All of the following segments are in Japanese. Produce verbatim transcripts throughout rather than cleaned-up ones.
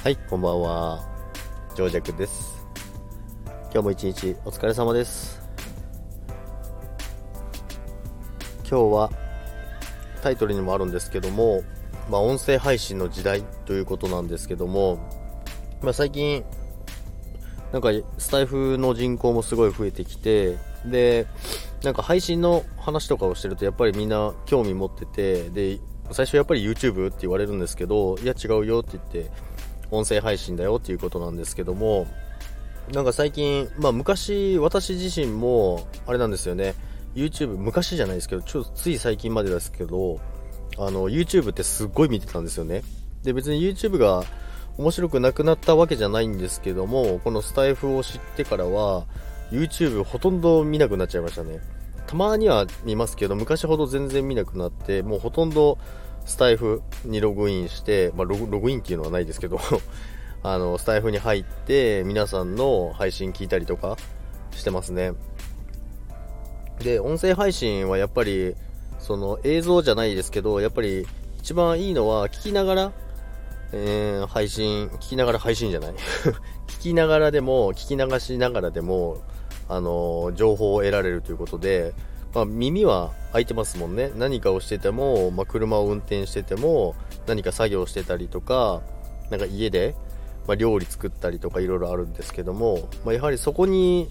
はい、こんばんは。長尺です。今日も一日お疲れ様です。今日はタイトルにもあるんですけども、まあ、音声配信の時代ということなんですけども、まあ、最近なんかスタイフの人口もすごい増えてきて、でなんか配信の話とかをしてるとやっぱりみんな興味持ってて、で最初やっぱり YouTube って言われるんですけど、いや違うよって言って音声配信だよっていうことなんですけども、なんか最近、まあ昔私自身もあれなんですよね、 YouTube 昔じゃないですけど、ちょっとつい最近までですけど、あの YouTube ってすっごい見てたんですよね。で別に YouTube が面白くなくなったわけじゃないんですけども、このスタイフを知ってからは YouTube ほとんど見なくなっちゃいましたね。たまには見ますけど、昔ほど全然見なくなって、もうほとんどスタイフにログインして、まあ、ログ、ログインっていうのはないですけどあのスタイフに入って皆さんの配信聞いたりとかしてますね。で音声配信はやっぱりその映像じゃないですけど、やっぱり一番いいのは聞きながら、えー、配信聞きながら配信じゃない聞きながらでも聞き流しながらでも、あのー、情報を得られるということで、まあ、耳は開いてますもんね。何かをしてても、まあ、車を運転してても、何か作業してたりとか、なんか家で、まあ、料理作ったりとかいろいろあるんですけども、まあ、やはりそこに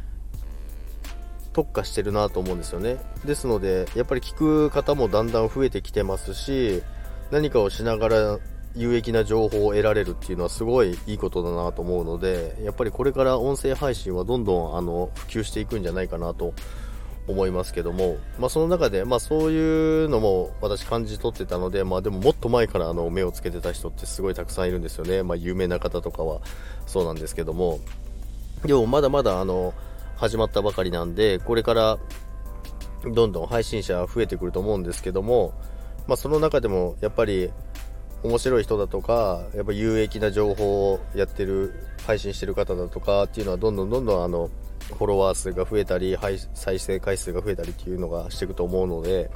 特化してるなと思うんですよね。ですのでやっぱり聞く方もだんだん増えてきてますし、何かをしながら有益な情報を得られるっていうのはすごいいいことだなと思うので、やっぱりこれから音声配信はどんどんあの普及していくんじゃないかなと思いますけども、まあ、その中で、まあ、そういうのも私感じ取ってたので、まあ、でももっと前からあの目をつけてた人ってすごいたくさんいるんですよね。まあ、有名な方とかはそうなんですけども、でもまだまだあの始まったばかりなんで、これからどんどん配信者増えてくると思うんですけども、まあ、その中でもやっぱり面白い人だとか、やっぱ有益な情報をやってる配信してる方だとかっていうのはどんどんどんどんあのフォロワー数が増えたり再生回数が増えたりっていうのがしていくと思うので、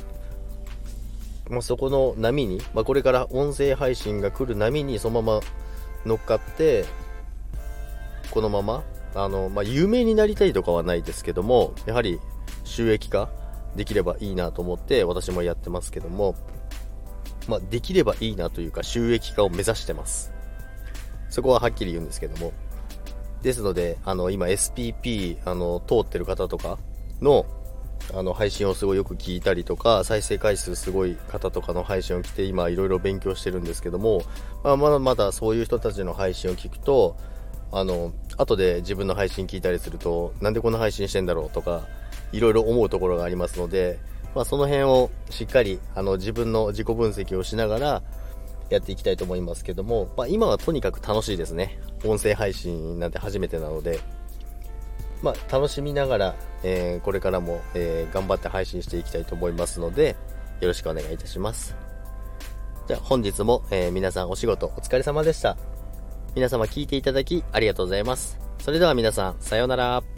まあ、そこの波に、まあ、これから音声配信が来る波にそのまま乗っかって、このままあの、まあ、有名になりたいとかはないですけども、やはり収益化できればいいなと思って私もやってますけども、まあ、できればいいなというか収益化を目指してます。そこははっきり言うんですけども、ですのであの今 エスピーピー あの通ってる方とかのあの配信をすごいよく聞いたりとか、再生回数すごい方とかの配信を聞いて今いろいろ勉強してるんですけども、まあ、まだまだそういう人たちの配信を聞くと、あの後で自分の配信聞いたりすると、なんでこんな配信してんだろうとかいろいろ思うところがありますので、まあ、その辺をしっかりあの自分の自己分析をしながらやっていきたいと思いますけども、まあ、今はとにかく楽しいですね。音声配信なんて初めてなので、まあ、楽しみながら、えー、これからも、えー、頑張って配信していきたいと思いますので、よろしくお願いいたします。じゃあ本日も、えー、皆さんお仕事お疲れ様でした。皆様聞いていただきありがとうございます。それでは皆さんさようなら。